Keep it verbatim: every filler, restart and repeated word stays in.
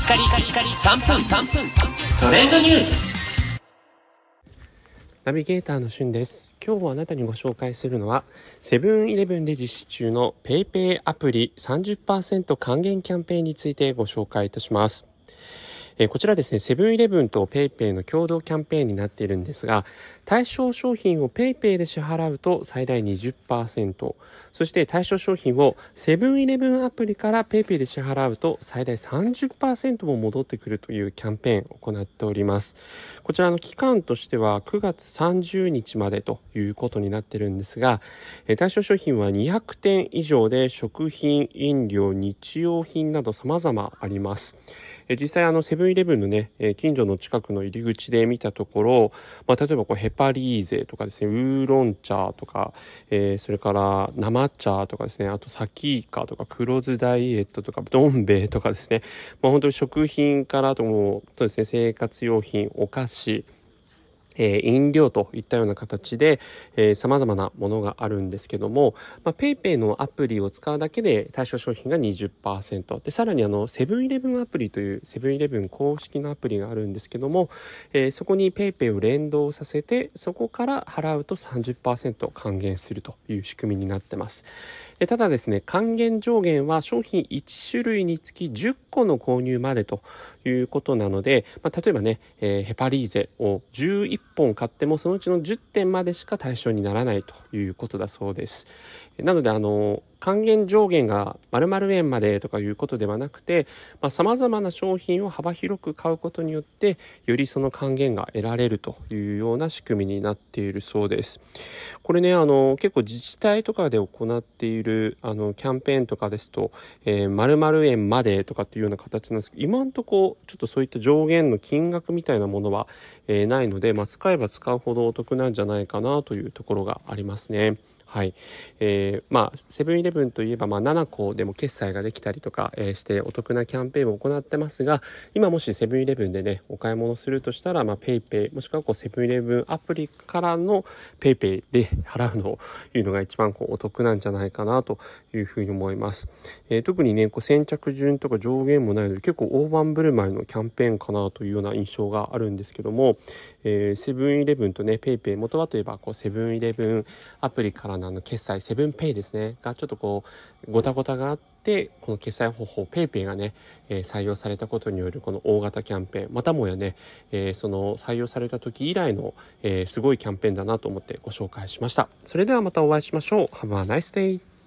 カリカリカリさんぷんさんぷんトレンドニュース。 ナビゲーターのしゅんです。今日はあなたにご紹介するのはセブンイレブンで実施中の PayPay アプリ さんじゅっパーセント 還元キャンペーンについてご紹介いたします。えー、こちらですね、セブンイレブンと PayPay の共同キャンペーンになっているんですが、対象商品を PayPay で支払うと最大 にじゅっパーセント、そして対象商品をセブンイレブンアプリから PayPay で支払うと最大 さんじゅっパーセント も戻ってくるというキャンペーンを行っております。こちらの期間としてはくがつさんじゅうにちまでということになっているんですが、えー、対象商品はにひゃくてん以上で食品、飲料、日用品など様々あります。えー、実際あのセブンイレブンのね、えー、近所の近くの入り口で見たところ、まあ、例えばこうヘパリーゼとかですね、ウーロン茶とか、えー、それから生茶とかですね、あとサキイカとか黒酢ダイエットとかどん兵衛とかですね、まあ、本当に食品からともそうですね、生活用品、お菓子、えー、飲料といったような形で、えー、様々なものがあるんですけども、まあ、PayPay のアプリを使うだけで対象商品が にじゅっパーセント で、さらにあのセブンイレブンアプリというセブンイレブン公式のアプリがあるんですけども、えー、そこに PayPay を連動させて、そこから払うと さんじゅっパーセント 還元するという仕組みになってます。えー、ただですね、還元上限は商品いち種類につきじゅっこの購入までということなので、まあ、例えばね、えー、ヘパリーゼをじゅういっぽん買ってもそのうちのじゅってんまでしか対象にならないということだそうです。なのであの還元上限が〇〇円までとかいうことではなくて、まあ、様々な商品を幅広く買うことによってよりその還元が得られるというような仕組みになっているそうです。これね、あの結構自治体とかで行っているあのキャンペーンとかですと、えー、〇〇円までとかっていうような形なんですけど、今んとこちょっとそういった上限の金額みたいなものは、えー、ないので、まあ、使えば使うほどお得なんじゃないかなというところがありますね。はい、えー、まあセブンイレブンといえば、まあ、ななこでも決済ができたりとか、えー、してお得なキャンペーンを行ってますが、今もしセブンイレブンでねお買い物するとしたら、まあ、ペイペイもしくはこうセブンイレブンアプリからのペイペイで払うのをいうのが一番こうお得なんじゃないかなというふうに思います。えー、特にねこう先着順とか上限もないので結構大盤振る舞いのキャンペーンかなというような印象があるんですけども、えー、セブンイレブンとねペイペイ元はといえばこうセブンイレブンアプリからのあの決済セブンペイですねがちょっとこうごたごたがあって、この決済方法ペイペイがね、えー、採用されたことによるこの大型キャンペーン、またもやね、えー、その採用された時以来の、えー、すごいキャンペーンだなと思ってご紹介しました。それではまたお会いしましょう。Have a nice day!